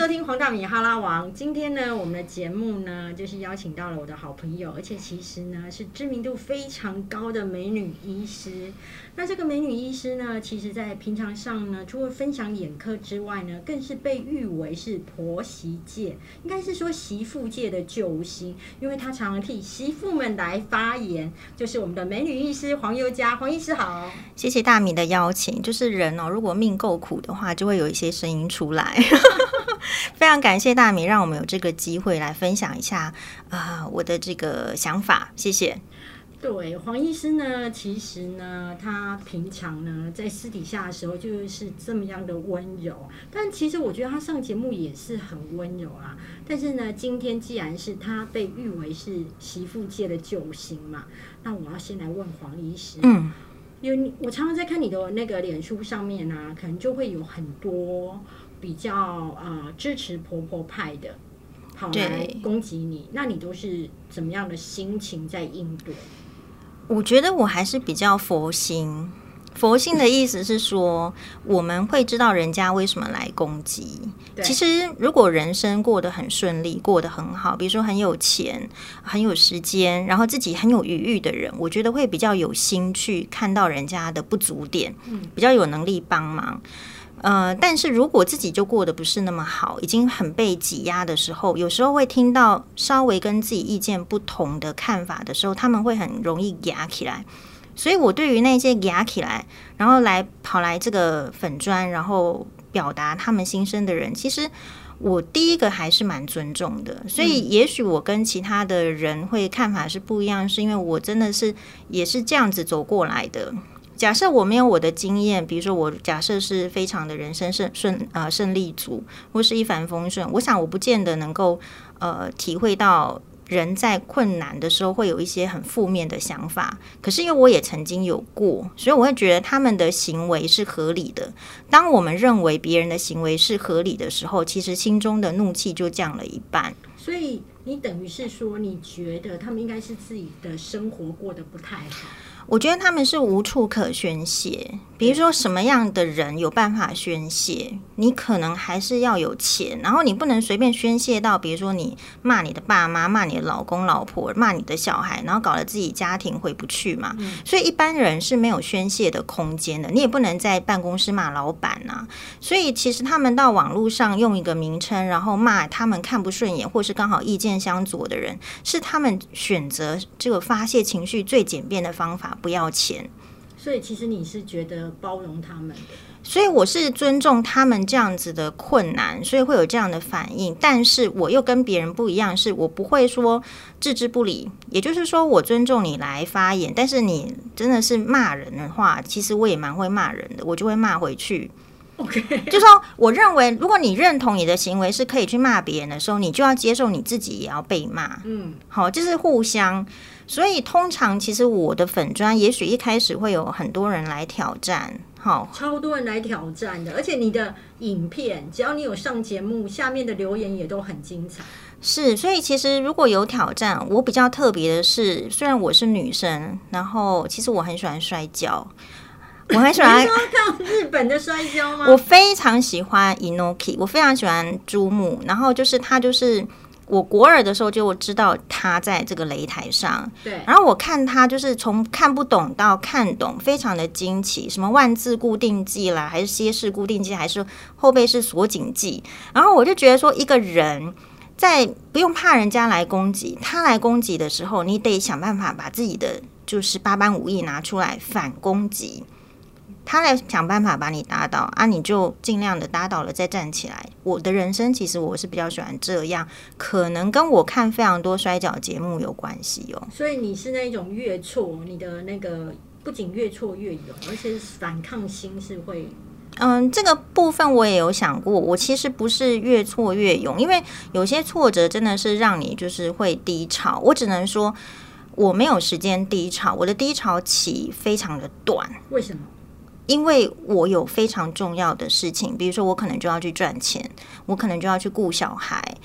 收听黄大米哈拉王。今天呢，我们的节目呢，就是邀请到了我的好朋友，而且其实呢是知名度非常高的美女医师。那这个美女医师呢，其实在平常上呢，除了分享眼科之外呢，更是被誉为是婆媳界，应该是说媳妇界的救星，因为她常常替媳妇们来发言。就是我们的美女医师黄宥嘉，黄医师好。 谢谢大米的邀请。就是人哦，如果命够苦的话，就会有一些声音出来。非常感谢大米让我们有这个机会来分享一下我的这个想法，谢谢。 对，黄医师呢，其实呢，他平常呢在私底下的时候就是这么样的温柔，但其实我觉得他上节目也是很温柔啦。但是呢，今天既然是他被誉为是媳妇界的救星嘛，那我要先来问黄医师。我常常在看你的那个脸书上面啊，可能就会有很多比较支持婆婆派的跑来攻击你，那你都是怎么样的心情在应对？ 我觉得我还是比较佛心。佛心的意思是说，我们会知道人家为什么来攻击。其实如果人生过得很顺利，过得很好，比如说很有钱，很有时间，然后自己很有余裕的人，我觉得会比较有心去看到人家的不足点，比较有能力帮忙。但是如果自己就过得不是那么好，已经很被挤压的时候，有时候会听到稍微跟自己意见不同的看法的时候，他们会很容易压起来。所以我对于那些压起来然后跑来这个粉专然后表达他们心声的人，其实我第一个还是蛮尊重的。所以也许我跟其他的人会看法是不一样，是因为我真的是也是这样子走过来的。假设我没有我的经验，比如说我假设是非常的人生胜利组或是一帆风顺，我想我不见得能够体会到人在困难的时候会有一些很负面的想法。可是因为我也曾经有过，所以我会觉得他们的行为是合理的。当我们认为别人的行为是合理的时候，其实心中的怒气就降了一半。 所以你等于是说，你觉得他们应该是自己的生活过得不太好？ 我觉得他们是无处可宣泄。比如说什么样的人有办法宣泄？你可能还是要有钱，然后你不能随便宣泄到，比如说你骂你的爸妈，骂你的老公老婆，骂你的小孩，然后搞得自己家庭回不去嘛。所以一般人是没有宣泄的空间的。你也不能在办公室骂老板啊。所以其实他们到网络上用一个名称，然后骂他们看不顺眼或是刚好意见相左的人，是他们选择这个发泄情绪最简便的方法，不要钱。 所以其实你是觉得包容他们的？ 所以我是尊重他们这样子的困难，所以会有这样的反应。但是我又跟别人不一样，是我不会说置之不理。也就是说，我尊重你来发言，但是你真的是骂人的话，其实我也蛮会骂人的，我就会骂回去。就说我认为如果你认同你的行为是可以去骂别人的时候，你就要接受你自己也要被骂。好，就是互相。所以通常其实我的粉专也许一开始会有很多人来挑战， 超多人来挑战的。而且你的影片只要你有上节目，下面的留言也都很精彩。 是，所以其实如果有挑战，我比较特别的是，虽然我是女生，然后其实我很喜欢摔跤。我很喜欢你说看日本的摔跤吗？ 我非常喜欢 Inoki， 我非常喜欢珠穆，然后就是他就是我国二的时候就知道他在这个擂台上， 对， 然后我看他就是从看不懂到看懂，非常的惊奇，什么万字固定技啦，还是歇式固定技，还是后背式锁紧技，然后我就觉得说，一个人在不用怕人家来攻击，他来攻击的时候，你得想办法把自己的就是八般武艺拿出来反攻击。他来想办法把你打倒啊，你就尽量的打倒了再站起来。我的人生其实我是比较喜欢这样，可能跟我看非常多摔跤节目有关系哦。 所以你是那种越挫，你的那个不仅越挫越勇，而且反抗心是会。 这个部分我也有想过，我其实不是越挫越勇，因为有些挫折真的是让你就是会低潮。我只能说我没有时间低潮，我的低潮期非常的短。 为什么？ 因为我有非常重要的事情，比如说我可能就要去赚钱，我可能就要去顾小孩，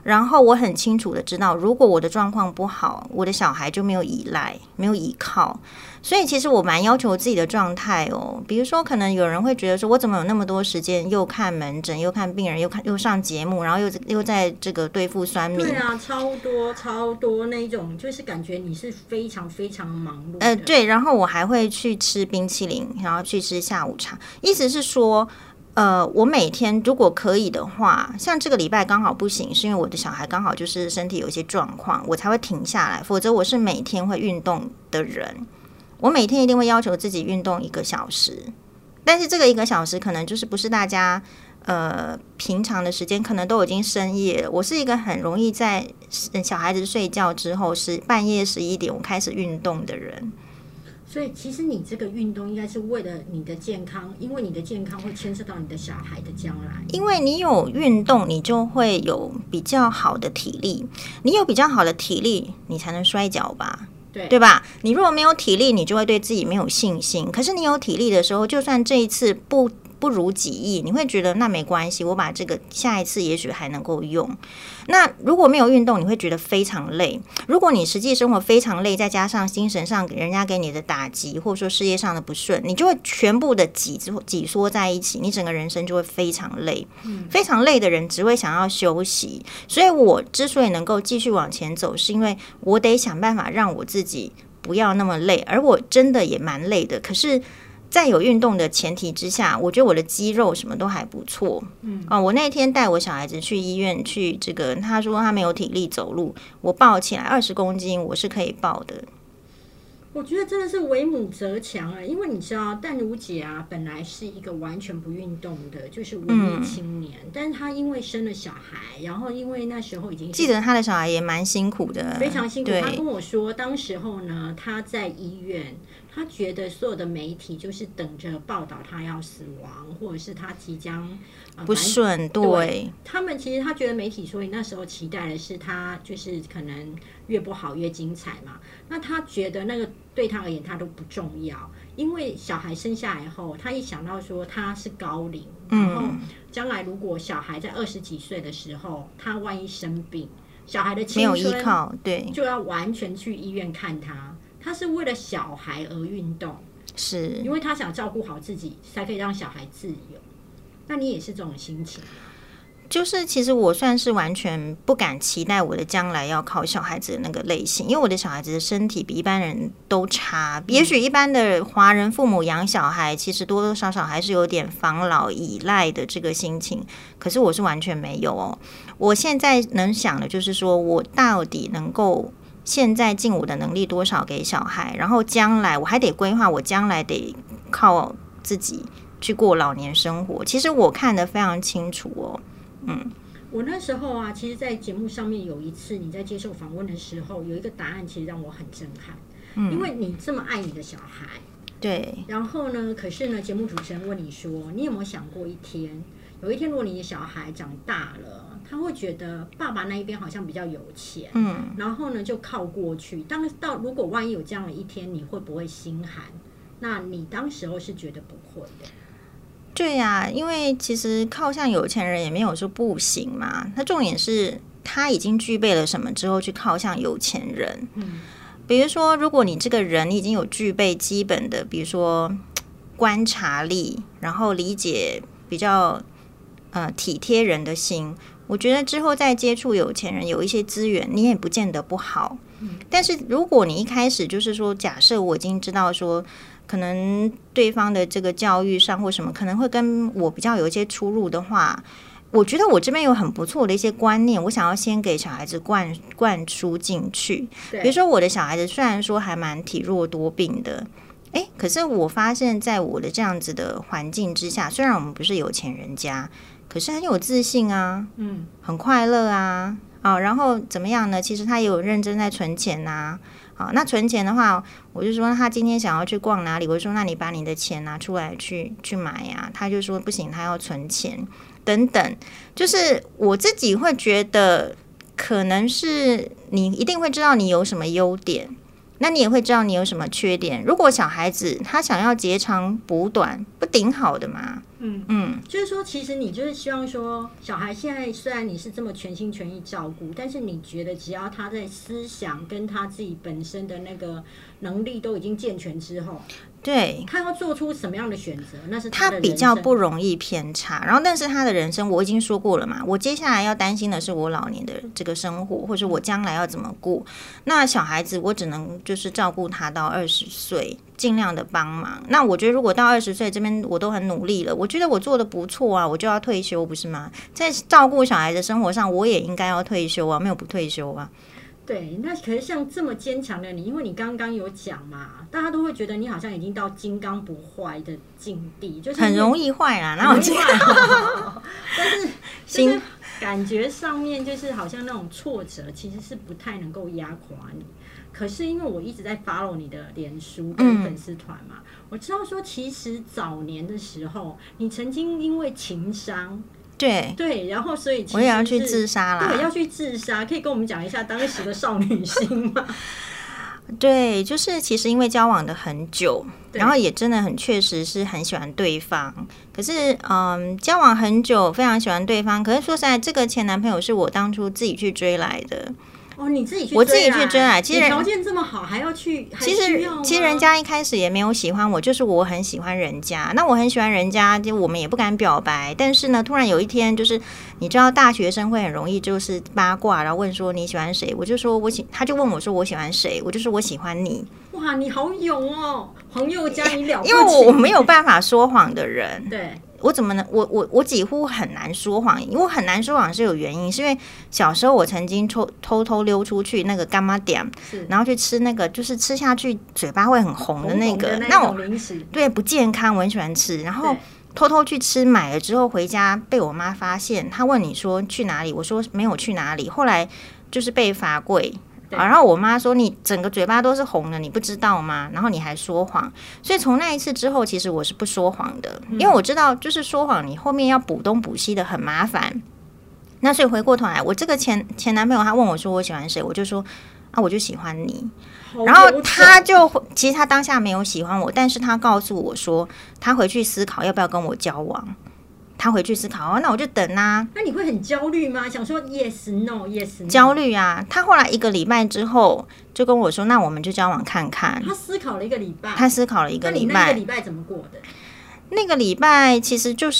然后我很清楚的知道，如果我的状况不好，我的小孩就没有依赖，没有依靠。所以其实我蛮要求自己的状态哦。比如说，可能有人会觉得说，我怎么有那么多时间，又看门诊，又看病人，又上节目，然后又在这个对付酸民。 对啊，超多那种，就是感觉你是非常非常忙碌的。 对，然后我还会去吃冰淇淋，然后去吃下午茶。意思是说，我每天如果可以的话，像这个礼拜刚好不行，是因为我的小孩刚好就是身体有一些状况，我才会停下来。否则我是每天会运动的人，我每天一定会要求自己运动1个小时。但是这个1个小时可能就是不是大家平常的时间，可能都已经深夜了。我是一个很容易在小孩子睡觉之后是半夜11点我开始运动的人。 所以其实你这个运动应该是为了你的健康，因为你的健康会牵涉到你的小孩的将来。 因为你有运动，你就会有比较好的体力，你有比较好的体力，你才能摔跤吧。对吧？你如果没有体力，你就会对自己没有信心。可是你有体力的时候，就算这一次不如己意，你会觉得那没关系，我把这个下一次也许还能够用。那如果没有运动，你会觉得非常累。如果你实际生活非常累，再加上精神上人家给你的打击，或者说事业上的不顺，你就会全部的挤缩在一起，你整个人生就会非常累。非常累的人只会想要休息。所以我之所以能够继续往前走，是因为我得想办法让我自己不要那么累，而我真的也蛮累的。可是在有运动的前提之下，我觉得我的肌肉什么都还不错。我那天带我小孩子去医院去这个，他说他没有体力走路，我抱起来20公斤，我是可以抱的。 我觉得真的是为母则强啊，因为你知道淡如姐啊，本来是一个完全不运动的，就是文艺青年，但是她因为生了小孩，然后因为那时候已经记得她的小孩也蛮辛苦的， 非常辛苦。她跟我说，当时候呢，她在医院，她觉得所有的媒体就是等着报道她要死亡，或者是她即将不顺。对， 他们其实她觉得媒体，所以那时候期待的是她就是可能越不好越精彩嘛。那她觉得那个对她而言，她都不重要，因为小孩生下来后，她一想到说她是高龄，然后将来如果小孩在20几岁的时候，他万一生病，小孩的青春没有依靠，对， 就要完全去医院看他。他是为了小孩而运动， 是因为他想照顾好自己，才可以让小孩自由。那你也是这种心情吗？ 就是其实我算是完全不敢期待我的将来要靠小孩子的那个类型，因为我的小孩子的身体比一般人都差。也许一般的华人父母养小孩，其实多多少少还是有点防老依赖的这个心情，可是我是完全没有哦。我现在能想的就是说，我到底能够现在尽我的能力多少给小孩，然后将来我还得规划，我将来得靠自己去过老年生活。其实我看得非常清楚哦。 我那时候啊，其实，在节目上面有一次你在接受访问的时候，有一个答案其实让我很震撼。因为你这么爱你的小孩， 对， 然后呢，可是呢，节目主持人问你说，你有没有想过有一天如果你的小孩长大了，他会觉得爸爸那一边好像比较有钱，然后呢就靠过去。如果万一有这样的一天，你会不会心寒？那你当时候是觉得不会的。 对呀，因为其实靠向有钱人也没有说不行嘛。他重点是他已经具备了什么之后去靠向有钱人。比如说，如果你这个人你已经有具备基本的，比如说观察力，然后理解比较体贴人的心，我觉得之后再接触有钱人，有一些资源，你也不见得不好。但是如果你一开始就是说，假设我已经知道说，可能对方的这个教育上或什么可能会跟我比较有一些出入的话，我觉得我这边有很不错的一些观念，我想要先给小孩子灌输进去。比如说我的小孩子虽然说还蛮体弱多病的，可是我发现在我的这样子的环境之下，虽然我们不是有钱人家，可是很有自信啊，很快乐啊，然后怎么样呢？其实他也有认真在存钱啊。那存钱的话，我就说他今天想要去逛哪里，我就说那你把你的钱拿出来去买呀。他就说不行，他要存钱等等。就是我自己会觉得，可能是你一定会知道你有什么优点， 那你也会知道你有什么缺点。如果小孩子他想要截长补短，不顶好的嘛？ 就是说，其实你就是希望说，小孩现在虽然你是这么全心全意照顾，但是你觉得只要他在思想跟他自己本身的那个能力都已经健全之后， 对， 他要做出什么样的选择，那是他的人生， 比较不容易偏差。然后，但是他的人生我已经说过了嘛，我接下来要担心的是我老年的这个生活，或者我将来要怎么过。那小孩子我只能就是照顾他到20岁，尽量的帮忙。那我觉得如果到20岁这边我都很努力了，我觉得我做的不错啊，我就要退休，不是吗？在照顾小孩的生活上，我也应该要退休啊，没有不退休啊。 对，那可是像这么坚强的你，因为你刚刚有讲嘛，大家都会觉得你好像已经到金刚不坏的境地，就是很容易坏啦，哪有金刚？但是就是感觉上面就是好像那种挫折，其实是不太能够压垮你。可是因为我一直在 follow 你的脸书跟粉丝团嘛，我知道说其实早年的时候，你曾经因为情伤。对，然后所以其实我也要去自杀啦。 对，要去自杀，可以跟我们讲一下当时的少女心吗？ 对，就是其实因为交往的很久，然后也真的很确实是很喜欢对方。可是交往很久，非常喜欢对方。可是说实在，这个前男朋友是我当初自己去追来的。 哦，你自己去追来， 我自己去追来。其实条件这么好，还要去， 其实人家一开始也没有喜欢我，就是我很喜欢人家。那我很喜欢人家，就我们也不敢表白。但是呢，突然有一天，就是你知道，大学生会很容易就是八卦，然后问说你喜欢谁，我就说他就问我说我喜欢谁，我就说我喜欢你。 哇，你好勇哦，黄宥嘉，你了不起。 因为我没有办法说谎的人。 对。 我怎么能？我几乎很难说谎，因为我很难说谎是有原因，是因为小时候我曾经偷偷溜出去那个干妈店，然后去吃那个就是吃下去嘴巴会很红的那个那种零食， 对，不健康，我很喜欢吃，然后偷偷去吃，买了之后回家被我妈发现，她问你说去哪里，我说没有去哪里，后来就是被罚跪。然后我妈说你整个嘴巴都是红的，你不知道吗？然后你还说谎，所以从那一次之后，其实我是不说谎的，因为我知道就是说谎，你后面要补东补西的很麻烦。那所以回过头来，我这个前男朋友他问我说我喜欢谁，我就说啊我就喜欢你。然后他就其实他当下没有喜欢我，但是他告诉我说他回去思考要不要跟我交往。他回去思考，那我就等啊。 那你会很焦虑吗？想说 yes no yes no。 焦虑啊！他后来1个礼拜之后就跟我说：“那我们就交往看看。” 他思考了1个礼拜。 他思考了1个礼拜。 那你那个礼拜怎么过的？ 那个礼拜其实就是，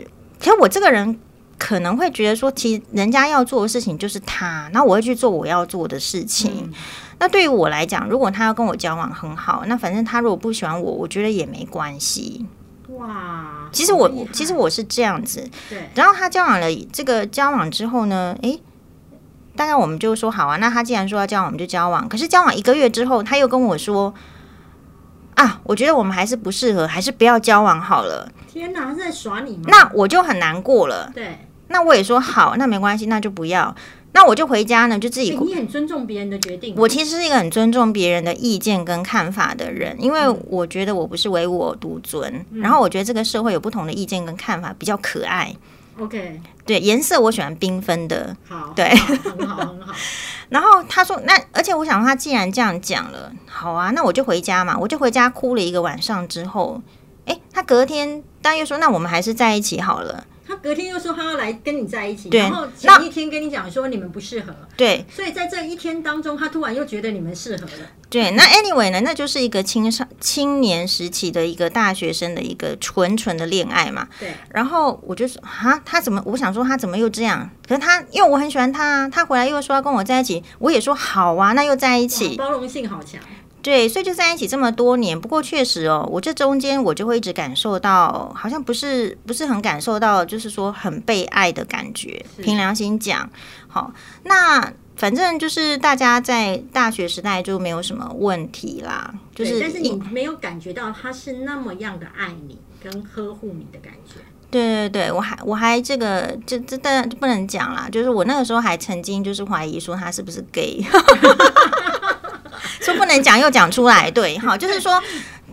其实我这个人可能会觉得说，其实人家要做的事情就是他，那我会去做我要做的事情。那对于我来讲，如果他要跟我交往很好，那反正他如果不喜欢我，我觉得也没关系。 哇， 其实我是这样子， 对。 然后他交往之后呢，大概我们就说好啊，那他既然说要交往，我们就交往。可是交往1个月之后，他又跟我说啊，我觉得我们还是不适合，还是不要交往好了。 天哪，他是在耍你吗？ 那我就很难过了。 对， 那我也说好，那没关系，那就不要。那我就回家呢，就自己。 你很尊重别人的决定。 我其实是一个很尊重别人的意见跟看法的人，因为我觉得我不是唯我独尊。然后我觉得这个社会有不同的意见跟看法比较可爱。 OK， 对，颜色我喜欢缤纷的。 好， 对， 很好，很好。 然后他说，那而且我想他既然这样讲了，好啊，那我就回家嘛。我就回家哭了1个晚上之后，他隔天但又说，那我们还是在一起好了。 他隔天又说他要来跟你在一起， 对， 然后前一天跟你讲说你们不适合， 对， 所以在这1天当中，他突然又觉得你们适合了。 对，那 anyway 呢，那就是一个青年时期的一个大学生的一个纯的恋爱嘛。 对， 然后我就说他怎么？我想说他怎么又这样？可是他因为我很喜欢他，他回来又说要跟我在一起，我也说好啊，那又在一起， 包容性好强。 对，所以就在一起这么多年。不过确实我这中间我就会一直感受到，好像不是很感受到，就是说很被爱的感觉。凭良心讲，好，那反正就是大家在大学时代就没有什么问题啦。就是， 但是你没有感觉到他是那么样的爱你跟呵护你的感觉。 对对对，我还这当然不能讲啦。就是我那个时候还曾经就是怀疑说他是不是 gay。说不能讲又讲出来，对，好，就是说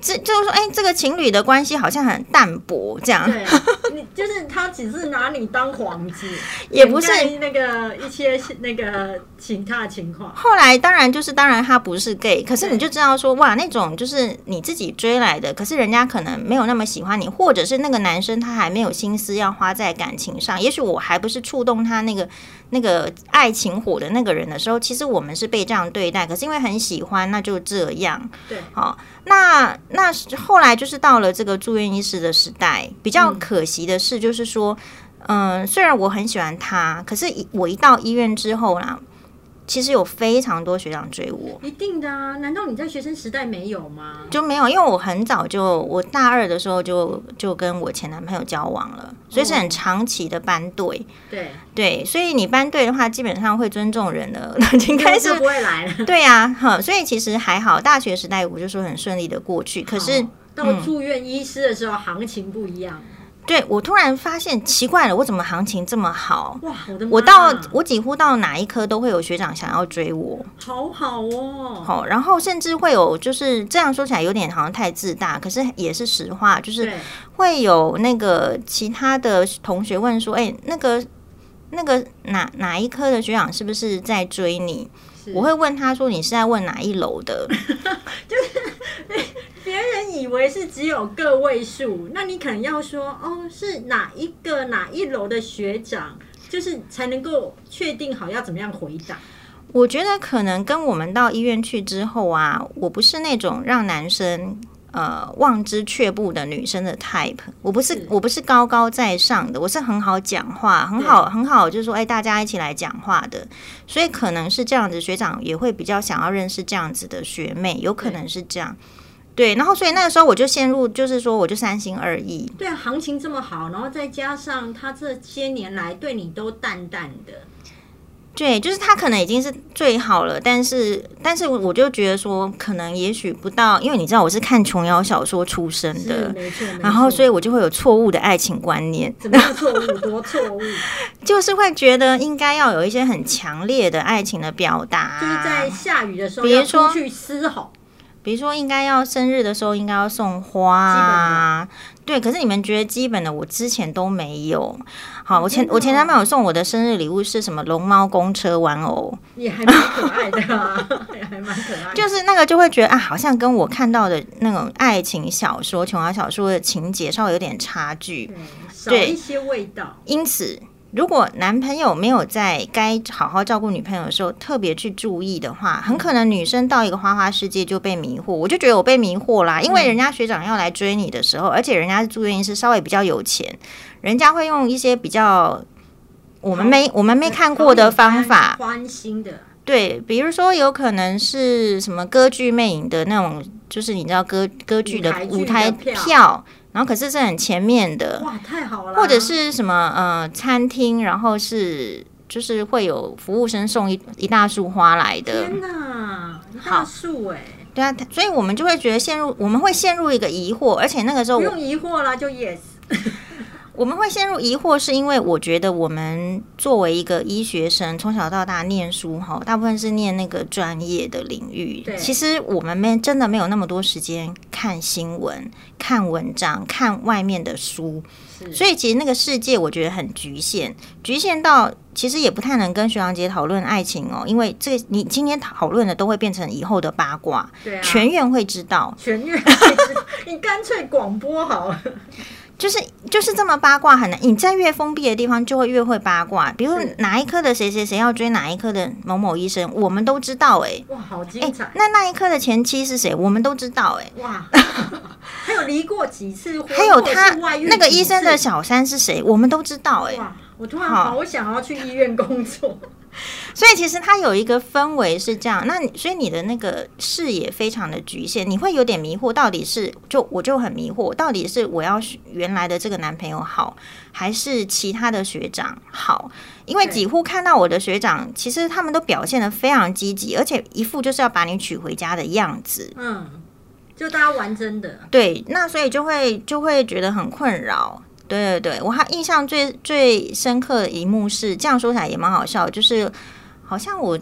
就是说，这个情侣的关系好像很淡薄这样。 对，你就是他只是拿你当幌子， 也不是那个一些那个其他的情况。 后来当然他不是 gay， 可是你就知道说，哇，那种就是你自己追来的，可是人家可能没有那么喜欢你，或者是那个男生他还没有心思要花在感情上，也许我还不是触动他那个爱情火的那个人的时候，其实我们是被这样对待，可是因为很喜欢，那就这样。 对， 好，那后来就是到了这个住院医师的时代，比较可惜的是，就是说，虽然我很喜欢他，可是我一到医院之后啦，其实有非常多学长追我。 一定的啊，难道你在学生时代没有吗？ 就没有，因为我很早我大2的时候就跟我前男朋友交往了，所以是很长期的班队。对，所以你班队的话，基本上会尊重人了，应该是不会来了。 对呀，所以其实还好，大学时代我就说很顺利的过去。可是到住院医师的时候，行情不一样。 对，我突然发现奇怪了，我怎么行情这么好？ 哇，我的妈！ 我几乎到哪一科都会有学长想要追我， 好好哦。 好，然后甚至会有，就是这样说起来有点好像太自大，可是也是实话，就是会有那个其他的同学问说，那个哪一科的学长是不是在追你？我会问他说，你是在问哪一楼的？ 就是别人以为是只有个位数，那你可能要说是哪一楼的学长，就是才能够确定好要怎么样回答。 我觉得可能跟我们到医院去之后啊，我不是那种让男生望之却步的女生的 type， 我不是高高在上的，我是很好讲话，很好，就是说大家一起来讲话的，所以可能是这样子，学长也会比较想要认识这样子的学妹，有可能是这样。对，然后所以那个时候我就陷入，就是说我就三心二意。 对啊，行情这么好，然后再加上他这些年来对你都淡淡的。 对，就是他可能已经是最好了，但是我就觉得说，可能也许不到，因为你知道我是看琼瑶小说出身的， 没错， 然后所以我就会有错误的爱情观念。 怎么样错误？多错误？ 就是会觉得应该要有一些很强烈的爱情的表达， 就是在下雨的时候要出去嘶吼。 比如说，应该要生日的时候应该要送花啊，对。可是你们觉得基本的，我之前都没有。好，我前男朋友送我的生日礼物是什么？龙猫公车玩偶， 也还蛮可爱的啊，也还蛮可爱的。 就是那个就会觉得好像跟我看到的那种爱情小说、琼瑶小说的情节稍微有点差距， 少一些味道。 因此，如果男朋友没有在该好好照顾女朋友的时候特别去注意的话，很可能女生到一个花花世界就被迷惑。我就觉得我被迷惑啦，因为人家学长要来追你的时候，而且人家是住院医师，稍微比较有钱，人家会用一些比较我们没看过的方法， 欢心的。 对，比如说有可能是什么歌剧魅影的那种，就是你知道歌剧的舞台票。然后可是是很前面的， 哇，太好了！ 或者是什么餐厅，然后就是会有服务生送一大束花来的。 天哪，一大束对啊，所以我们就会觉得我们会陷入一个疑惑，而且那个时候不用疑惑啦，就 yes。 我们会陷入疑惑，是因为我觉得我们作为一个医学生，从小到大念书大部分是念那个专业的领域。其实我们真的没有那么多时间看新闻、看文章、看外面的书，所以其实那个世界我觉得很局限到其实也不太能跟学长姐讨论爱情因为这个你今天讨论的都会变成以后的八卦，全院会知道， 你干脆广播好了。 就是这么八卦很难，你在越封闭的地方就会越会八卦。比如哪一科的谁谁谁要追哪一科的某某医生，我们都知道哇，好精彩！ 那一科的前妻是谁，我们都知道哇，还有离过几次婚， 还有他那个医生的小三是谁，我们都知道哇，我突然好想要去医院工作。 所以其实它有一个氛围是这样，所以你的那个视野非常的局限，你会有点迷惑，到底是我就很迷惑，到底是我要原来的这个男朋友好，还是其他的学长好？因为几乎看到我的学长，其实他们都表现得非常积极，而且一副就是要把你娶回家的样子。 就大家玩真的。 对，那所以就会觉得很困扰。对，我还印象最深刻的一幕是，这样说起来也蛮好笑，就是好像我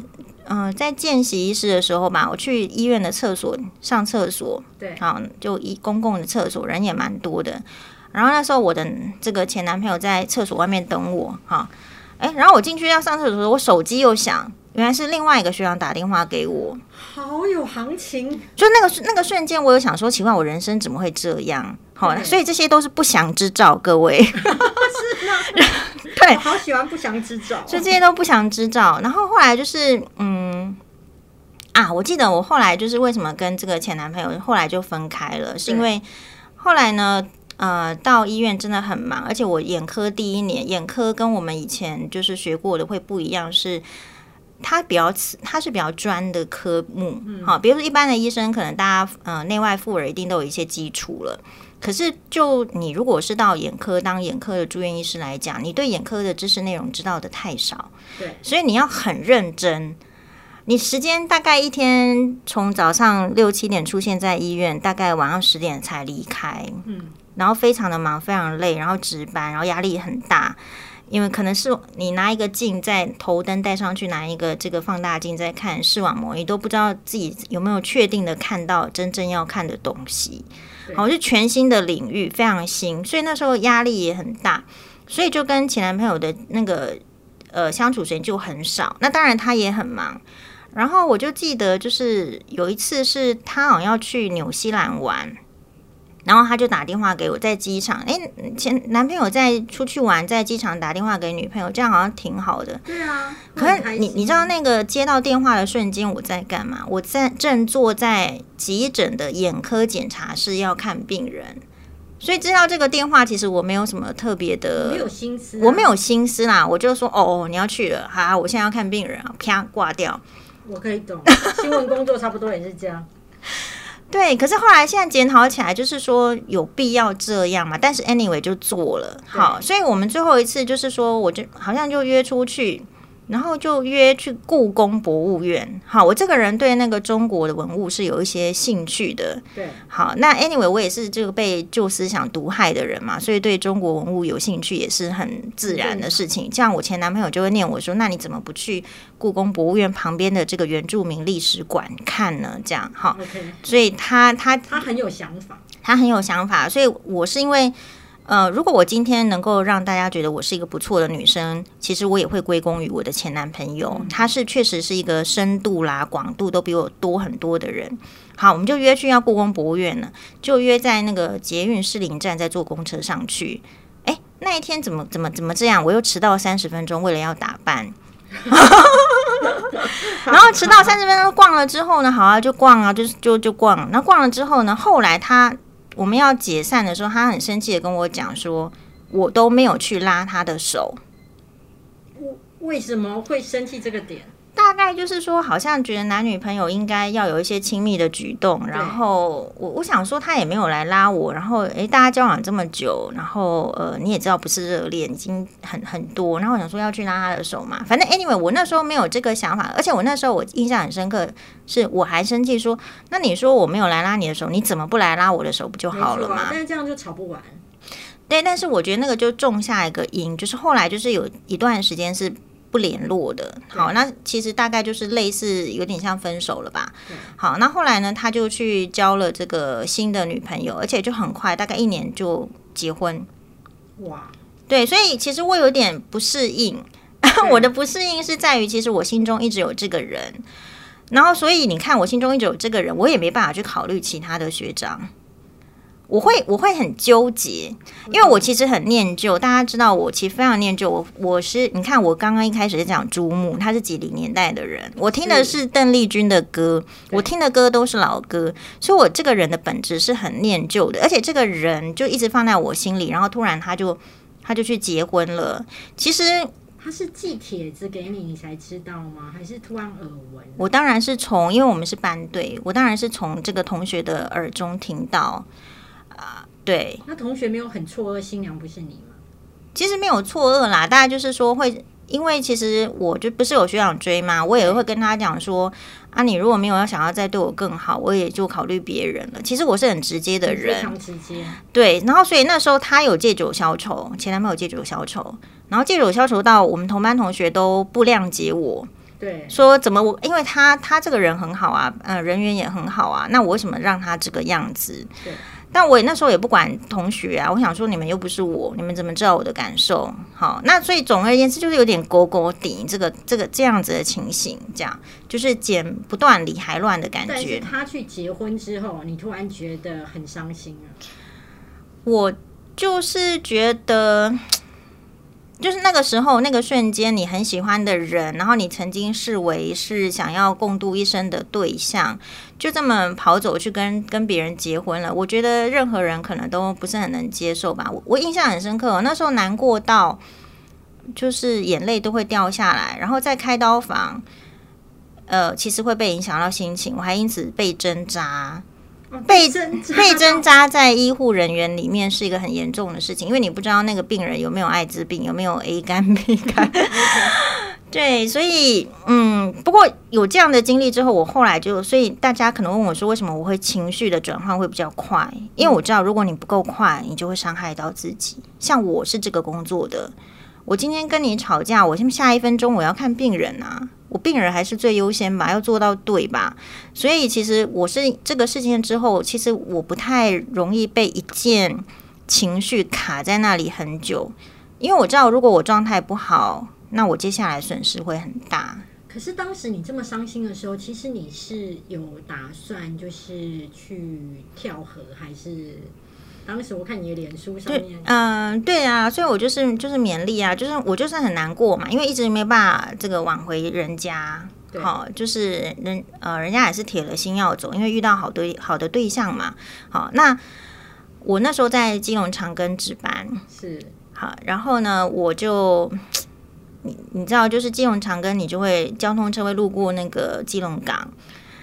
在见习医师的时候吧，我去医院的厕所上厕所， 对， 好，就公共的厕所，人也蛮多的。然后那时候我的这个前男朋友在厕所外面等我，哈，然后我进去要上厕所的时候，我手机又响，原来是另外一个学长打电话给我， 好有行情。 就那个瞬间，我有想说，奇怪，我人生怎么会这样？好，所以这些都是不祥之兆，各位。是吗？对，我好喜欢不祥之兆， 所以这些都不祥之兆。然后后来就是我记得我后来就是为什么跟这个前男朋友后来就分开了，是因为后来呢，到医院真的很忙，而且我眼科第一年，眼科跟我们以前就是学过的会不一样，是它是比较专的科目，好，比如说一般的医生可能大家内外妇儿一定都有一些基础了。可是，就你如果是到眼科当眼科的住院医师来讲，你对眼科的知识内容知道的太少， 对， 所以你要很认真。你时间大概一天从早上6、7点出现在医院，大概晚上10点才离开，然后非常的忙，非常累，然后值班，然后压力很大。因为可能是你拿一个镜在头灯戴上去，拿一个这个放大镜在看视网膜，你都不知道自己有没有确定的看到真正要看的东西。好，是全新的领域，非常新，所以那时候压力也很大，所以就跟前男朋友的那个相处时间就很少。那当然他也很忙，然后我就记得就是有一次是他好像要去纽西兰玩。然后他就打电话给我，在机场，前男朋友在出去玩，在机场打电话给女朋友，这样好像挺好的。 对啊， 可是你知道那个接到电话的瞬间我在干嘛？我正坐在急诊的眼科检查室要看病人，所以知道这个电话其实我没有什么特别的， 没有心思， 我没有心思啦，我就说你要去了，好，我现在要看病人啊，啪挂掉。 我可以懂，新闻工作差不多也是这样。 对，可是后来现在检讨起来，就是说有必要这样嘛？但是 anyway 就做了，好，所以我们最后一次就是说，我就好像就约出去，然后就约去故宫博物院。好，我这个人对那个中国的文物是有一些兴趣的。 对， 好，那 anyway 我也是这个被旧思想毒害的人嘛，所以对中国文物有兴趣也是很自然的事情。这样我前男朋友就会念我说：“那你怎么不去故宫博物院旁边的这个原住民历史馆看呢？”这样哈， okay. 所以他很有想法， 他很有想法，所以我是因为。如果我今天能够让大家觉得我是一个不错的女生，其实我也会归功于我的前男朋友，他是确实是一个深度啦、广度都比我多很多的人。好，我们就约去要故宫博物院了，就约在那个捷运士林站，再坐公车上去。那一天怎么这样？我又迟到30分钟，为了要打扮。然后迟到30分钟逛了之后呢，好啊，就逛啊，就逛。那逛了之后呢，后来我们要解散的时候，他很生气的跟我讲说，我都没有去拉他的手。 为什么会生气这个点？ 大概就是说，好像觉得男女朋友应该要有一些亲密的举动。然后我想说，他也没有来拉我。然后大家交往这么久，然后你也知道不是热恋，已经很多。然后我想说要去拉他的手嘛。反正 anyway， 我那时候没有这个想法。而且我那时候我印象很深刻，是我还生气说，那你说我没有来拉你的手，你怎么不来拉我的手不就好了嘛？ 但是这样就吵不完。 对，但是我觉得那个就种下一个因，就是后来就是有一段时间是不联络的。好，那其实大概就是类似有点像分手了吧。好，那后来呢，他就去交了这个新的女朋友，而且就很快，大概1年就结婚。 哇， 对，所以其实我有点不适应。我的不适应是在于，其实我心中一直有这个人，然后所以你看，我心中一直有这个人，我也没办法去考虑其他的学长。我会很纠结，因为我其实很念旧。大家知道我其实非常念旧。我是你看，我刚刚一开始是讲朱木，他是90年代的人，我听的是邓丽君的歌，我听的歌都是老歌，所以我这个人的本质是很念旧的，而且这个人就一直放在我心里，然后突然他就去结婚了。其实他是寄帖子给你，你才知道吗？还是突然耳闻？ 我当然是因为我们是班队，我当然是从这个同学的耳中听到。对， 那同学没有很错愕新娘不是你吗？ 其实没有错愕啦，大概就是说会，因为其实我就不是有学长追嘛，我也会跟他讲说啊，你如果没有要想要再对我更好，我也就考虑别人了。其实我是很直接的人， 非常直接。 对，然后所以那时候他有借酒消愁，前男朋友借酒消愁，然后借酒消愁到我们同班同学都不谅解我。 对， 说怎么因为他这个人很好啊，人缘也很好啊，那我为什么让他这个样子？ 对。 但我那时候也不管同学啊，我想说你们又不是我，你们怎么知道我的感受？好，那所以总而言之就是有点勾勾顶这样子的情形，这样就是剪不断理还乱的感觉。 但是他去结婚之后，你突然觉得很伤心啊？ 我就是觉得。就是那个时候那个瞬间你很喜欢的人，然后你曾经视为是想要共度一生的对象，就这么跑走去跟别人结婚了，我觉得任何人可能都不是很能接受吧。我印象很深刻，我那时候难过到就是眼泪都会掉下来，然后在开刀房其实会被影响到心情，我还因此被针扎。被针扎在医护人员里面是一个很严重的事情，因为你不知道那个病人有没有艾滋病，有没有 A 肝 B 肝对，所以不过有这样的经历之后，我后来所以大家可能问我说，为什么我会情绪的转换会比较快？因为我知道，如果你不够快，你就会伤害到自己。像我是这个工作的，我今天跟你吵架，我下一分钟我要看病人啊。我病人还是最优先吧，要做到对吧？所以其实我是这个事件之后，其实我不太容易被一件情绪卡在那里很久，因为我知道如果我状态不好，那我接下来损失会很大。 可是当时你这么伤心的时候，其实你是有打算就是去跳河，还是？当时我看你的脸书上面， 对啊，所以我就是勉励啊，就是我就是很难过嘛，因为一直没办法这个挽回人家，好，就是人家也是铁了心要走，因为遇到好的对象嘛，好，那我那时候在基隆长庚值班， 是好，然后呢，我就你知道，就是基隆长庚，你就会交通车会路过那个基隆港。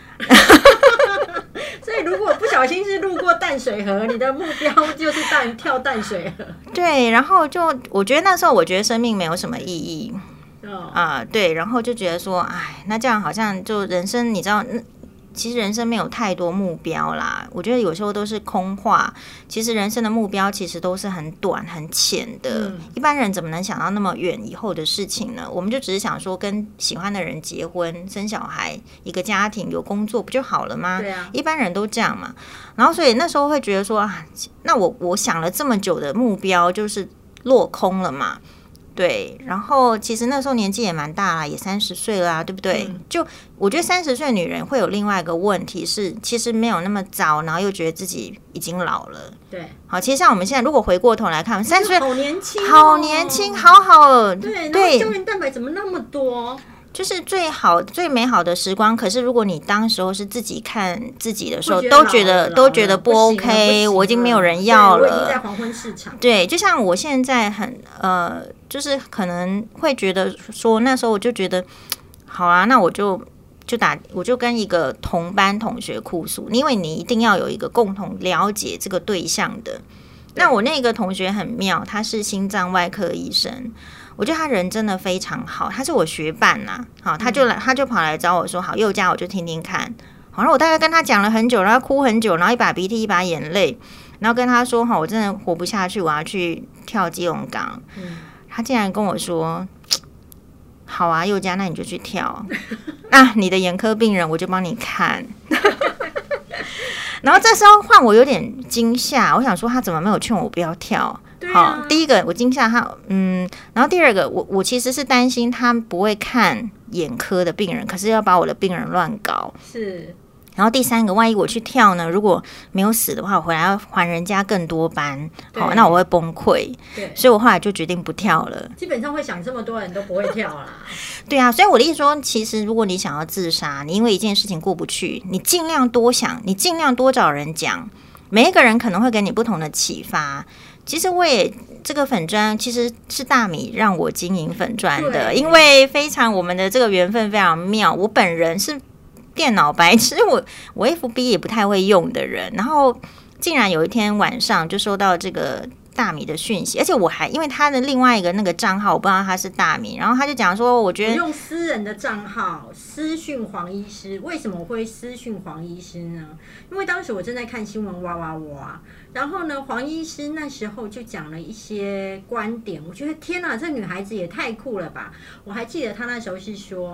所以如果不小心是路过淡水河，你的目标就是跳淡水河。 对，然后我觉得那时候我觉得生命没有什么意义对，然后就觉得说，哎，那这样好像就人生，你知道，其实人生没有太多目标啦。我觉得有时候都是空话。其实人生的目标其实都是很短很浅的。一般人怎么能想到那么远以后的事情呢？我们就只是想说跟喜欢的人结婚、生小孩、一个家庭、有工作不就好了吗？ 对啊， 一般人都这样嘛。然后所以那时候会觉得说，那我想了这么久的目标就是落空了嘛。对，然后其实那时候年纪也蛮大啦，也30岁了啊，对不对？就我觉得30岁女人会有另外一个问题是，其实没有那么早，然后又觉得自己已经老了。 对， 好，其实像我们现在如果回过头来看，30岁好年轻， 好年轻，好。 对，然后胶原蛋白怎么那么多？ 就是最好最美好的时光，可是如果你当时候是自己看自己的时候，都觉得不 OK， 我已经没有人要了， 我已经在黄昏市场。 对，就像我现在很就是可能会觉得说，那时候我就觉得，好啊，那我就跟一个同班同学哭诉，因为你一定要有一个共同了解这个对象的。那我那个同学很妙，他是心脏外科医生。我觉得他人真的非常好，他是我学伴呐，好，他就跑来找我说，好，宥嘉我就听听看，好，然后我大概跟他讲了很久，然后哭很久，然后一把鼻涕一把眼泪，然后跟他说，好，我真的活不下去，我要去跳基隆港，他竟然跟我说，好啊，宥嘉，那你就去跳，那你的眼科病人我就帮你看。然后这时候换我有点惊吓，我想说他怎么没有劝我不要跳？好，第一个我惊吓他，然后第二个我其实是担心他不会看眼科的病人，可是要把我的病人乱搞。 是。 然后第三个，万一我去跳呢，如果没有死的话，我回来要还人家更多班，好，那我会崩溃。对，所以我后来就决定不跳了。 基本上会想这么多人都不会跳啦。 对啊，所以我的意思说，其实如果你想要自杀，你因为一件事情过不去，你尽量多想，你尽量多找人讲，每一个人可能会给你不同的启发。其实我也这个粉专其实是大米让我经营粉专的，因为我们的这个缘分非常妙。我本人是电脑白痴，我 FB 也不太会用的人，然后竟然有一天晚上就收到这个大米的讯息，而且我还因为他的另外一个那个账号我不知道他是大米，然后他就讲说，我觉得用私人的账号私讯黄医师，为什么我会私讯黄医师呢？因为当时我正在看新闻哇哇哇，然后呢黄医师那时候就讲了一些观点，我觉得天哪，这女孩子也太酷了吧！我还记得她那时候是说，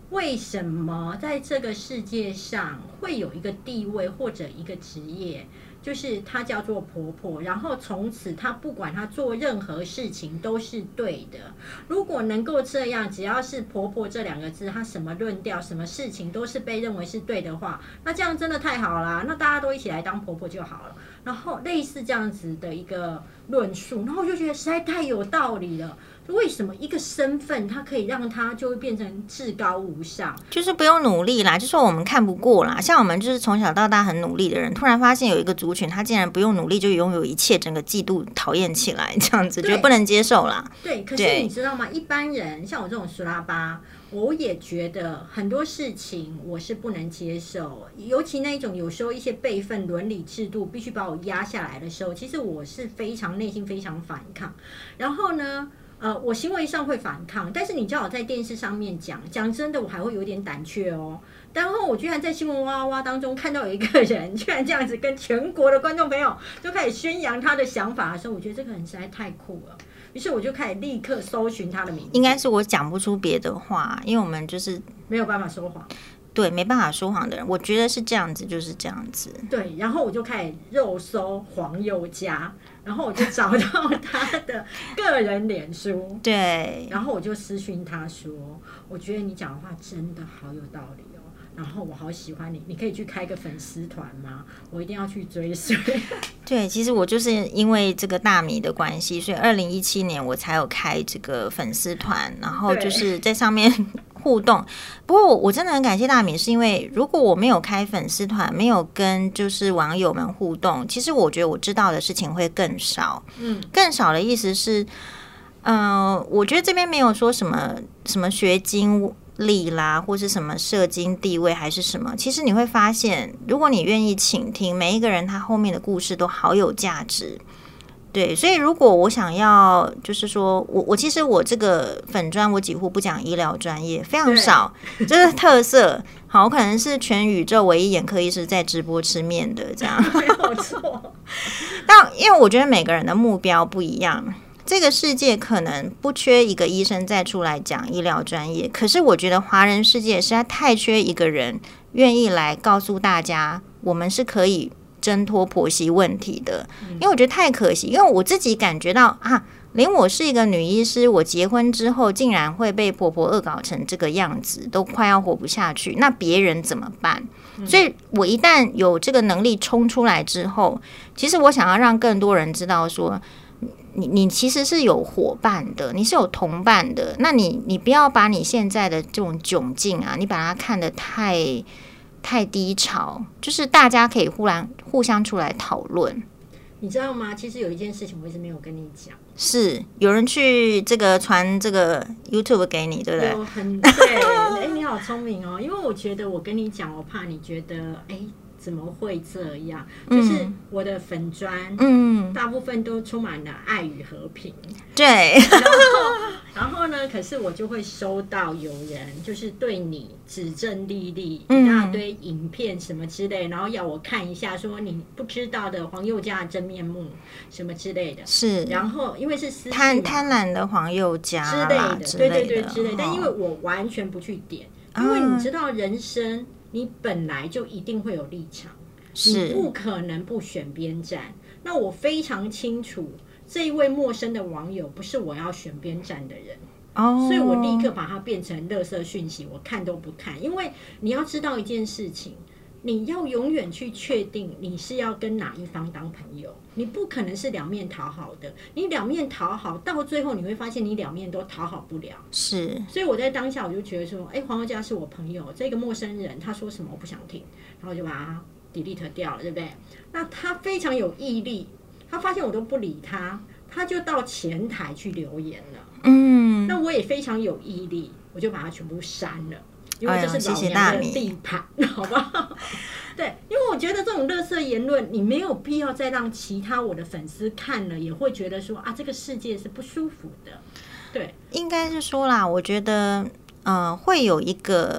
为什么在这个世界上会有一个地位或者一个职业，就是她叫做婆婆，然后从此她不管她做任何事情都是对的。如果能够这样，只要是婆婆这2个字，她什么论调什么事情都是被认为是对的话，那这样真的太好啦，那大家都一起来当婆婆就好了。然后类似这样子的一个论述，然后我就觉得实在太有道理了。为什么一个身份它可以让它就会变成至高无上？ 就是不用努力啦，就是我们看不过啦。像我们就是从小到大很努力的人，突然发现有一个族群，他竟然不用努力就拥有一切，整个嫉妒讨厌起来，这样子觉得不能接受啦。 对，可是你知道吗？一般人像我这种苏拉巴，我也觉得很多事情我是不能接受，尤其那一种有时候一些辈分伦理制度必须把我压下来的时候，其实我是非常内心非常反抗。然后呢，我行为上会反抗，但是你叫我在电视上面讲真的，我还会有点胆怯哦。然后我居然在新闻哇哇当中看到有一个人居然这样子跟全国的观众朋友就开始宣扬他的想法的时候，我觉得这个人实在太酷了。于是我就开始立刻搜寻他的名字。 应该是我讲不出别的话，因为我们就是没有办法说谎。 对，没办法说谎的人，我觉得是这样子，就是这样子。 对，然后我就开始肉搜黄宥嘉，然后我就找到他的个人脸书， 对， 然后我就私讯他说，我觉得你讲的话真的好有道理哦，然后我好喜欢你，你可以去开个粉丝团吗？我一定要去追随。 对，其实我就是因为这个大米的关系，所以2017年我才有开这个粉丝团，然后就是在上面互动。不过我真的很感谢大米，是因为如果我没有开粉丝团，没有跟就是网友们互动，其实我觉得我知道的事情会更少。更少的意思是，我觉得这边没有说什么学经历啦，或是什么社经地位还是什么，其实你会发现，如果你愿意倾听，每一个人他后面的故事都好有价值。对，所以如果我想要，就是说我其实我这个粉专我几乎不讲医疗专业，非常少，这是特色。好，我可能是全宇宙唯一眼科医师在直播吃面的这样， 没有错。 但因为我觉得每个人的目标不一样。这个世界可能不缺一个医生再出来讲医疗专业，可是我觉得华人世界实在太缺一个人愿意来告诉大家，我们是可以挣脱婆媳问题的。因为我觉得太可惜，因为我自己感觉到连我是一个女医师，我结婚之后竟然会被婆婆恶搞成这个样子，都快要活不下去，那别人怎么办？所以我一旦有这个能力冲出来之后，其实我想要让更多人知道说，你其实是有伙伴的，你是有同伴的。那你不要把你现在的这种窘境啊，你把它看得太低潮，就是大家可以互相出来讨论。 你知道吗？其实有一件事情我一直没有跟你讲， 是有人去这个传这个 YouTube 给你，对不对？ 对，你好聪明哦，因为我觉得我跟你讲，我怕你觉得怎么会这样？就是我的粉专，大部分都充满了爱与和平。 对， 然后呢？可是我就会收到有人就是对你指证莉莉一大堆影片什么之类，然后要我看一下，说你不知道的黄宥嘉的真面目什么之类的。是，然后因为是私贪婪的黄宥嘉之类的，对之类的。但因为我完全不去点，因为你知道人生。你本来就一定会有立场，你不可能不选边站。那我非常清楚，这一位陌生的网友不是我要选边站的人，所以我立刻把它变成垃圾讯息，我看都不看。因为你要知道一件事情，你要永远去确定你是要跟哪一方当朋友，你不可能是两面讨好的。你两面讨好，到最后你会发现你两面都讨好不了。 是， 所以我在当下我就觉得说，黄宥嘉是我朋友，这个陌生人他说什么我不想听，然后就把他 delete 掉了，对不对？那他非常有毅力，他发现我都不理他，他就到前台去留言了。那我也非常有毅力，我就把他全部删了。因为这是老娘的地盘，好不好？对，因为我觉得这种垃圾言论，你没有必要再让其他我的粉丝看了，也会觉得说这个世界是不舒服的。对， 应该是说啦，我觉得会有一个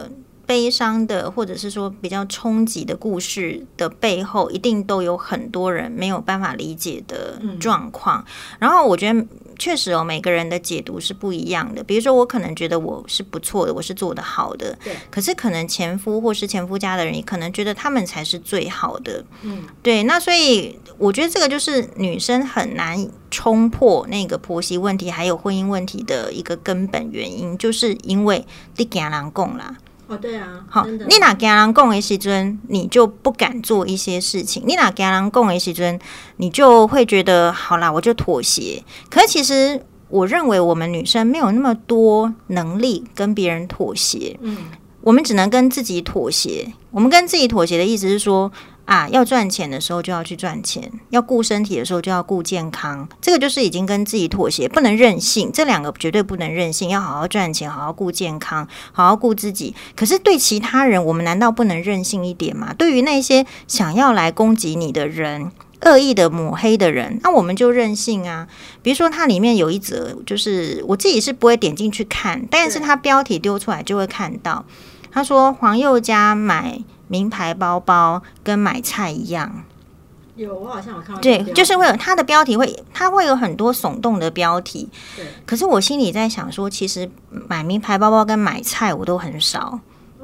悲伤的，或者是说比较冲击的故事的背后，一定都有很多人没有办法理解的状况。然后我觉得确实每个人的解读是不一样的。比如说我可能觉得我是不错的，我是做得好的，可是可能前夫或是前夫家的人也可能觉得他们才是最好的。对，那所以我觉得这个就是女生很难冲破那个婆媳问题还有婚姻问题的一个根本原因，就是因为你怕人讲啦。 对啊， 好，你哪怕人讲的时阵，你就不敢做一些事情；你哪怕人讲的时阵，你就会觉得好啦，我就妥协。可是其实我认为我们女生没有那么多能力跟别人妥协，我们只能跟自己妥协。我们跟自己妥协的意思是说，要赚钱的时候就要去赚钱，要顾身体的时候就要顾健康，这个就是已经跟自己妥协，不能任性，这两个绝对不能任性，要好好赚钱，好好顾健康，好好顾自己。可是对其他人，我们难道不能任性一点吗？对于那些想要来攻击你的人，恶意的抹黑的人，那我们就任性啊。比如说它里面有一则，就是我自己是不会点进去看，但是它标题丢出来就会看到，他说黄宥嘉买名牌包包跟买菜一样。 有，我好像有看到。 对，就是会有它的标题它会有很多耸动的标题。 对。 可是我心里在想说，其实买名牌包包跟买菜我都很少。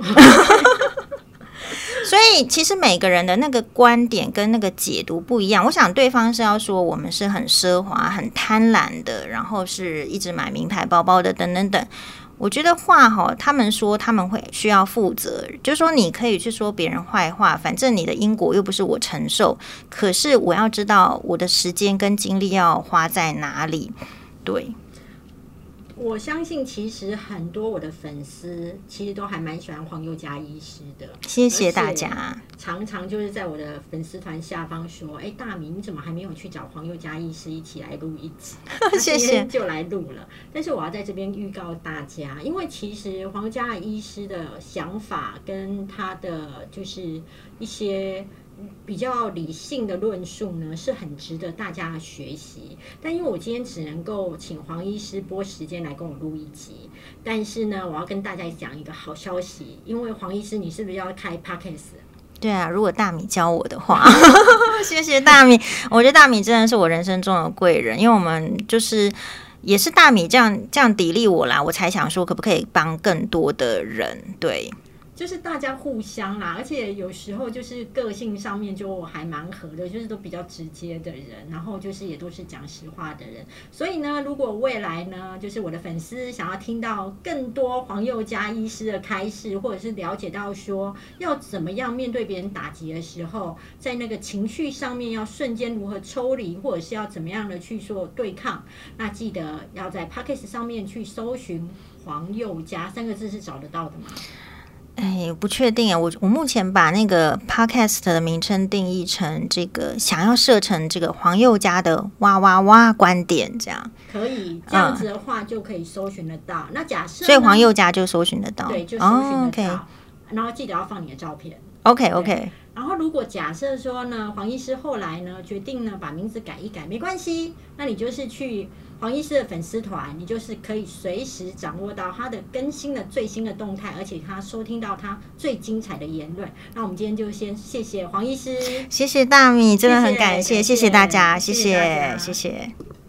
所以其实每个人的那个观点跟那个解读不一样。我想对方是要说我们是很奢华、很贪婪的，然后是一直买名牌包包的，等等等。我觉得话他们说他们会需要负责，就是说你可以去说别人坏话，反正你的因果又不是我承受，可是我要知道我的时间跟精力要花在哪里。对， 我相信其实很多我的粉丝其实都还蛮喜欢黄宥嘉医师的， 谢谢大家。 常常就是在我的粉丝团下方说，大米你怎么还没有去找黄宥嘉医师一起来录一集？ 谢谢， 今天就来录了。但是我要在这边预告大家，因为其实黄宥嘉医师的想法跟他的就是一些比较理性的论述呢，是很值得大家学习。但因为我今天只能够请黄医师拨时间来跟我录一集，但是呢，我要跟大家讲一个好消息，因为黄医师，你是不是要开 podcast？ 对啊，如果大米教我的话，谢谢大米。我觉得大米真的是我人生中的贵人，因为我们就是也是大米这样砥砺我啦，我才想说可不可以帮更多的人。对。 就是大家互相啦，而且有时候就是个性上面就还蛮合的，就是都比较直接的人，然后就是也都是讲实话的人。所以呢，如果未来呢，就是我的粉丝想要听到更多黄宥嘉医师的开示，或者是了解到说要怎么样面对别人打击的时候，在那个情绪上面要瞬间如何抽离，或者是要怎么样的去做对抗，那记得要在 Podcast 上面去搜寻黄宥嘉3个字是找得到的吗？ 不确定啊。我目前把那个 podcast 的名称定义成这个，想要设成这个黄宥嘉的哇哇哇观点，这样可以。这样子的话就可以搜寻得到。那假设， 所以黄宥嘉就搜寻得到， 对，就搜寻得到。然后记得要放你的照片。 OK。 然后如果假设说呢，黄医师后来呢决定呢把名字改一改，没关系，那你就是去黄医师的粉丝团，你就是可以随时掌握到他的更新的最新的动态，而且他收听到他最精彩的言论。那我们今天就先谢谢黄医师， 谢谢大米，真的很感谢，谢谢大家，谢谢。